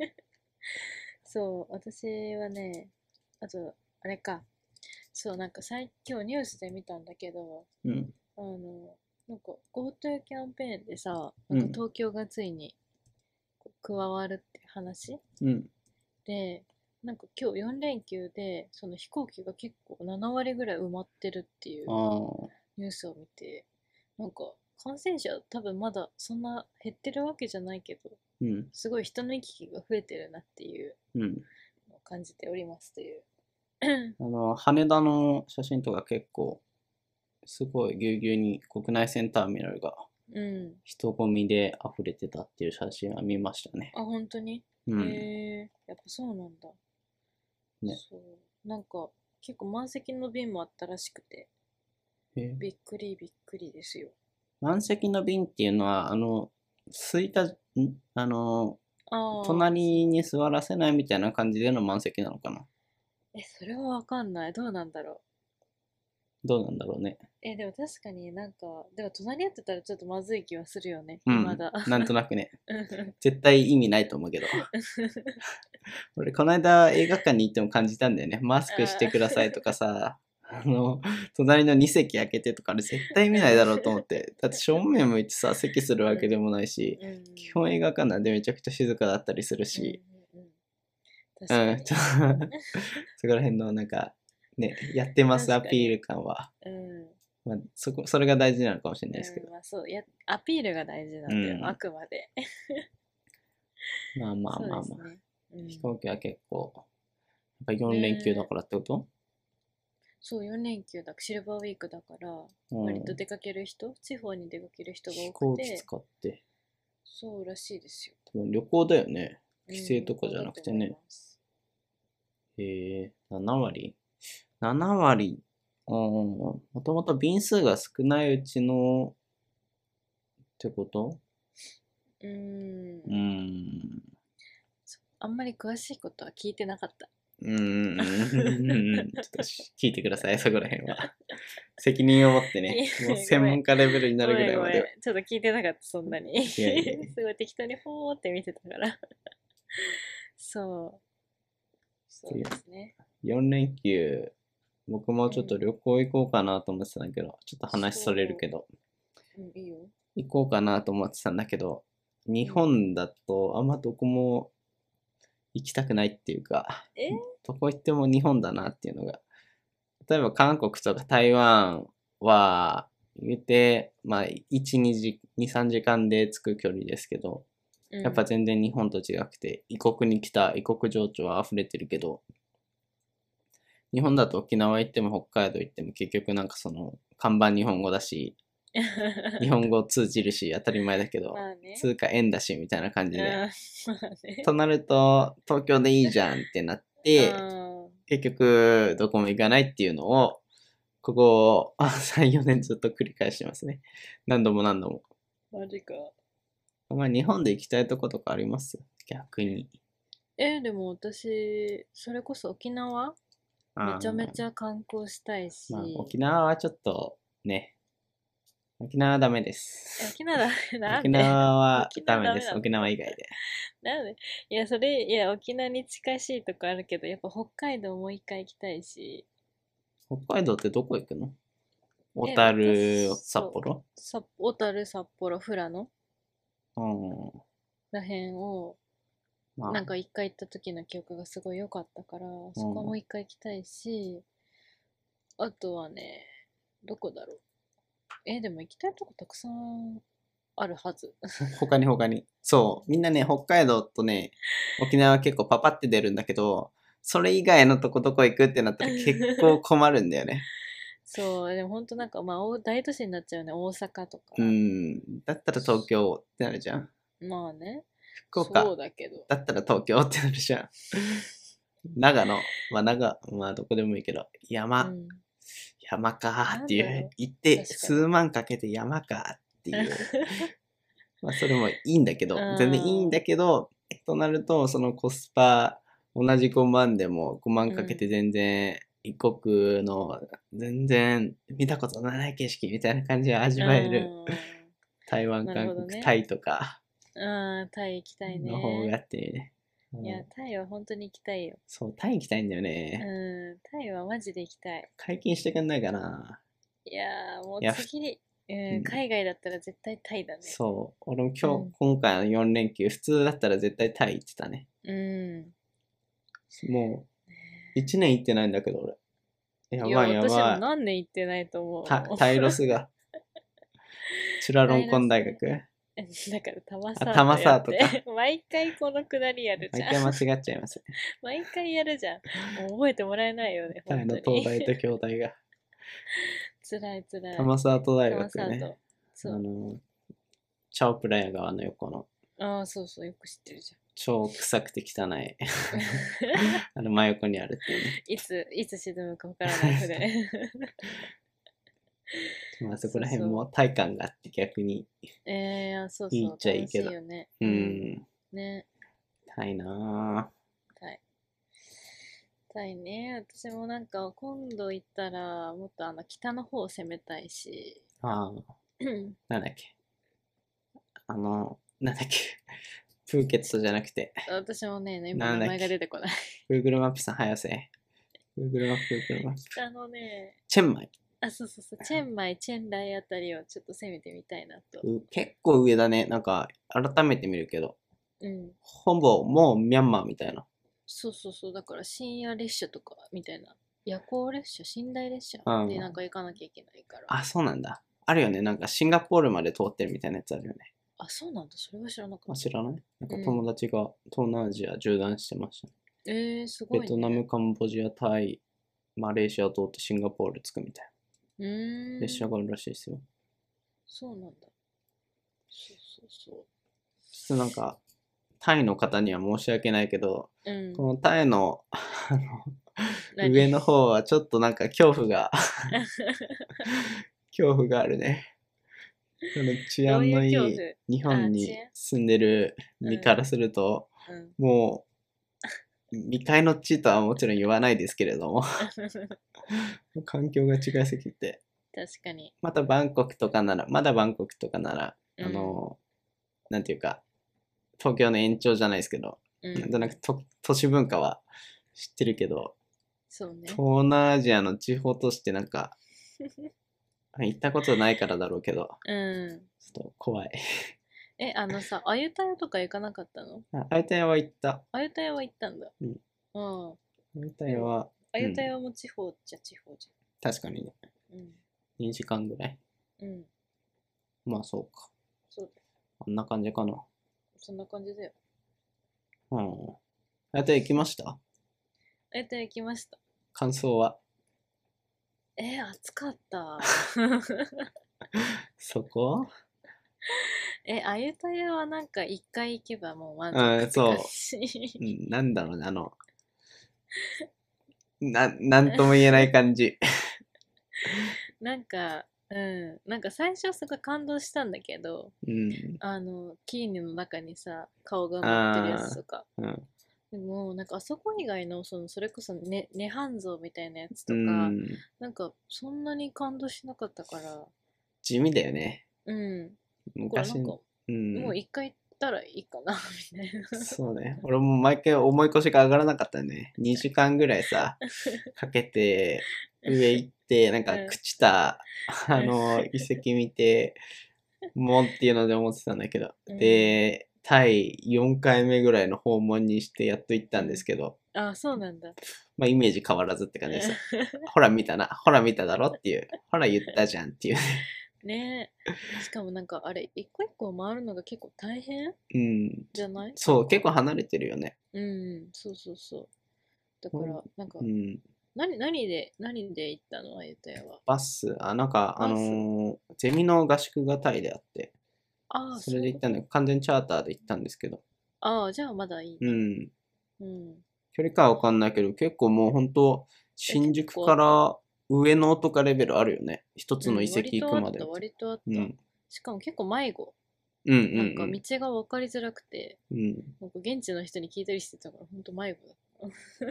そう、私はね、あと、あれか。そう、なんか今日ニュースで見たんだけど、なんか GoTo キャンペーンでさ、なんか東京がついに加わるって話、で、なんか今日4連休で、その飛行機が結構7割ぐらい埋まってるっていうニュースを見て、なんか感染者多分まだそんな減ってるわけじゃないけど、すごい人の行き来が増えてるなっていうのを感じておりますという。 羽田の写真とか結構すごいぎゅうぎゅうに国内線ターミナルが人混みで溢れてたっていう写真は見ましたね。 本当に？やっぱそうなんだ。ね。そう。なんか結構満席の便もあったらしくて、びっくりですよ。 満席の便っていうのは空いた隣に座らせないみたいな感じでの満席なのかな？ それはわかんない。どうなんだろどうなんだろうね。 でも確かになんか、でも隣り合ってたらちょっとまずい気はするよね、 まだ。 なんとなくね。絶対意味ないと思うけど。俺、この間映画館に行っても感じたんだよね。マスクしてくださいとかさ、隣の2席開けてとか、あれ絶対見ないだろうと思って。だって正面向いてさ、席するわけでもないし、基本映画館なんでめちゃくちゃ静かだったりするし、そこら辺のなんか、ね、やってますアピール感は。まあ、それが大事なのかもしれないですけど。 そうアピールが大事なんだよ、あくまで。 まあ。飛行機は結構、やっぱ4連休だからってこと？ そう、4連休だ。シルバーウィークだから、割と出かける人、地方に出かける人が多くて。 飛行機使って。 そうらしいですよ。 多分旅行だよね。帰省とかじゃなくてね。7割 ?7 割。もともと便数が少ないうちの、ってこと？ あんまり詳しいことは聞いてなかった。 ちょっと聞いてください、そこら辺は。責任を持ってね、もう専門家レベルになるぐらいまでは。 ちょっと聞いてなかった、そんなに。すごい適当にほーって見てたから。そうですね。 4連休、僕もちょっと旅行行こうかなと思ってたんだけど、ちょっと話それるけど、 いいよ。 行こうかなと思ってたんだけど、日本だとあんまどこも行きたくないっていうか、どこ行っても日本だなっていうのが。例えば韓国とか台湾は、言って、まあ、1、2、3時間で着く距離ですけど、やっぱ全然日本と違くて、異国に来た異国情緒は溢れてるけど、日本だと沖縄行っても北海道行っても結局なんかその看板日本語だし、日本語通じるし当たり前だけど、通貨円だしみたいな感じで。となると、東京でいいじゃんってなって、結局どこも行かないっていうのを、ここ3、4年ずっと繰り返してますね。何度も何度も。 マジか。 まあ日本で行きたいとことかあります？逆に。 でも私、それこそ沖縄めちゃめちゃ観光したいし。 沖縄はちょっとね、沖縄はダメです。 沖縄沖縄はダメです。沖縄以外で。 なんで沖縄に近しいとこあるけど、やっぱ北海道もう一回行きたいし。 北海道ってどこ行くの？小樽、札幌？ 小樽、札幌、富良野らへんを、なんか一回行った時の記憶がすごい良かったから、そこもう一回行きたいし、あとはね、どこだろう。でも行きたいとこたくさんあるはず。 他に。そう。みんなね、北海道とね、沖縄結構パパって出るんだけど、それ以外のとこどこ行くってなったら結構困るんだよね。 そう、でも本当なんか、まあ、大都市になっちゃうね、大阪とか。 だったら東京ってなるじゃん。 まあね。 福岡。 そうだけど。 だったら東京ってなるじゃん。長野。まあどこでもいいけど、山かっていう、行って数万かけて山かっていう。まあそれもいいんだけど、全然いいんだけど、となると、そのコスパ、同じ5万でも5万かけて全然、異国の全然見たことのない景色みたいな感じを味わえる。台湾、韓国、タイとか。 タイ行きたいね。 の方があってね。 いや、タイは本当に行きたいよ。 そう、タイ行きたいんだよね。 タイはマジで行きたい。 解禁してくんないかな。 いやー、もう次に、海外だったら絶対タイだね。 そう。俺も今回の4連休、普通だったら絶対タイ行ってたね。もう、1年行ってないんだけど、俺。やばい。 私も何年行ってないと思う。 タイロスが。チュラロンコン大学。 だからタマサーとか。 毎回このくだりやるじゃん。 毎回間違っちゃいますね。 毎回やるじゃん。もう覚えてもらえないよね。 タイの東大と京大が。 つらい。 タマサート大学ね。チャオプラヤ川の横の。 そう、よく知ってるじゃん。 超臭くて汚い。真横にあるっていうね。 いつ沈むかわからない船。 まあそこら辺も体感があって逆にいいっちゃいいけど。 ね。 タイなぁ。 タイね。私もなんか今度行ったらもっと北の方を攻めたいし。 ああ、なんだっけ。なんだっけ。プーケットじゃなくて。 私もね、今なんだっけ。 名前が出てこない。 Google マップさん早せ。Google マップ。 北のね、 チェンマイ。 そうそうそう、チェンマイ、チェンライあたりをちょっと攻めてみたいなと。 結構上だね。なんか、改めて見るけど。 うん。 ほぼ、もうミャンマーみたいな。 そうそうそう、だから深夜列車とかみたいな。夜行列車、寝台列車でなんか行かなきゃいけないから。 あ、そうなんだ。あるよね。なんかシンガポールまで通ってるみたいなやつあるよね。 あ、そうなんだ。それは知らなかった。 知らない？なんか友達が東南アジア縦断してました。 すごいね。 ベトナム、カンボジア、タイ、マレーシアを通ってシンガポール着くみたいな。列車があるらしいですよ。 そうなんだ。そうそうそう。 ちょっとなんか、タイの方には申し訳ないけど、このタイの上の方はちょっとなんか恐怖があるね。治安のいい日本に住んでる身からすると、もう未開の地とはもちろん言わないですけれども環境が違いすぎて。 確かに。 まだバンコクとかならなんていうか東京の延長じゃないですけど、なんとなく都市文化は知ってるけど、 そうね、 東南アジアの地方としてなんか行ったことないからだろうけど、ちょっと怖い。 さ、アユタヤとか行かなかったの？ アユタヤは行った。 アユタヤは行ったんだ。 アユタヤは。 アユタヤも地方じゃ地方じゃ。確かにね。2時間ぐらい。まあそうか。 そうだ。 こんな感じかな。 そんな感じだよ。 アユタヤ行きました？ アユタヤ行きました。 感想は？ 暑かった。 そこ？ アユタヤはなんか一回行けばもう満足って感じ。 なんだろうね、なんとも言えない感じ。 なんか最初すごい感動したんだけど、キーニの中にさ、顔が埋まってるやつとか。でもなんかあそこ以外のそれこそ涅槃像みたいなやつとか、なんかそんなに感動しなかったから。 地味だよね。 昔なんか、もう一回行ったらいいかなみたいな。 そうね。俺も毎回重い腰が上がらなかったね。2時間ぐらいさ、かけて上行って、なんか朽ちた、遺跡見て、もんっていうので思ってたんだけど。で、タイ4回目ぐらいの訪問にしてやっと行ったんですけど。 そうなんだ。 まあイメージ変わらずって感じです。ほら見ただろっていう。ほら言ったじゃんっていうね。しかもなんかあれ一個一個回るのが結構大変じゃない？ そう、結構離れてるよね。 そうそうそう。だからなんか、何で行ったの？アユタヤは。 バス、なんかゼミの合宿がタイであって、それで行ったんで、完全チャーターで行ったんですけど。 じゃあまだいい。 距離感はわかんないけど、結構もう本当新宿から上野とかレベルあるよね。一つの遺跡行くまで。 割とあった。しかも結構迷子。 なんか道が分かりづらくて、なんか現地の人に聞いたりしてたから、本当迷子だった。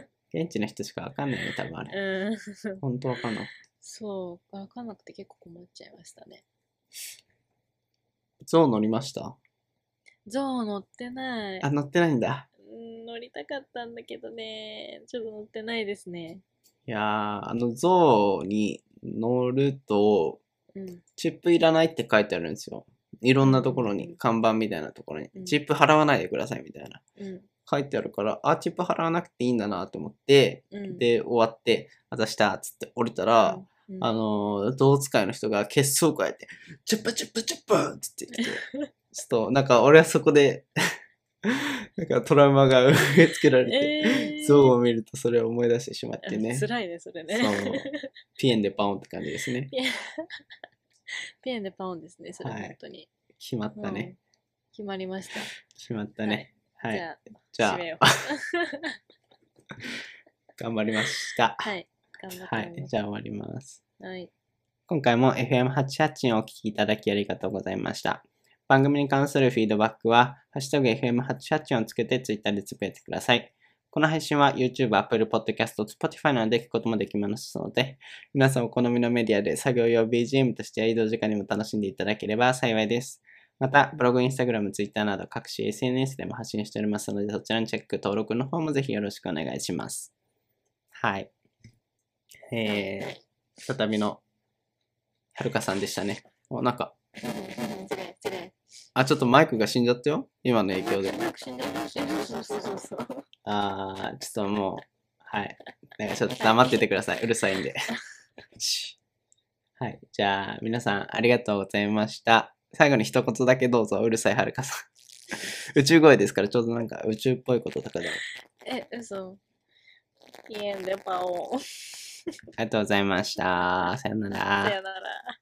現地の人しか分かんないね、多分あれ。本当分かんない。 そう、分かんなくて結構困っちゃいましたね。 ゾウ乗りました？ ゾウ乗ってない。 乗ってないんだ。 乗りたかったんだけどね、ちょっと乗ってないですね。 いやー、ゾウに乗ると、チップいらないって書いてあるんですよ。いろんなところに、看板みたいなところに、チップ払わないでくださいみたいな。書いてあるから、チップ払わなくていいんだなと思って、で、終わって、あざしたっつって降りたら、象使いの人が血相変えて、チップチップチップっつってきて、ちょっと、なんか俺はそこで、なんかトラウマが植え付けられて、象を見るとそれを思い出してしまってね。 辛いね、それね。 そう。ピエンでパオンって感じですね。 ピエンでパオンですね、それ本当に。 決まったね。 決まりました。 決まったね。はい。 じゃあ、締めよう。 頑張りました。 はい。頑張って。はい。 じゃあ終わります。 はい。 今回も FM88 をお聞きいただきありがとうございました。番組に関するフィードバックは、#FM88 をつけてツイッターでつぶやいてください。 この配信は YouTube、Apple Podcast、Spotify などで聞くこともできますので、皆さんお好みのメディアで作業用 BGM としてや移動時間にも楽しんでいただければ幸いです。また、ブログ、Instagram、Twitter など各種 SNS でも発信しておりますので、そちらのチェック、登録の方もぜひよろしくお願いします。はい。再びのはるかさんでしたね。なんか、ちょっとマイクが死んじゃったよ。今の影響で。ちょっともう、はい。ちょっと黙っててください。うるさいんで。はい。じゃあ、皆さんありがとうございました。最後に一言だけどうぞ。うるさいはるかさん。宇宙声ですから、ちょうどなんか宇宙っぽいこととかでも。 嘘。ピエンでパオン。 ありがとうございました。さよなら。 さよなら。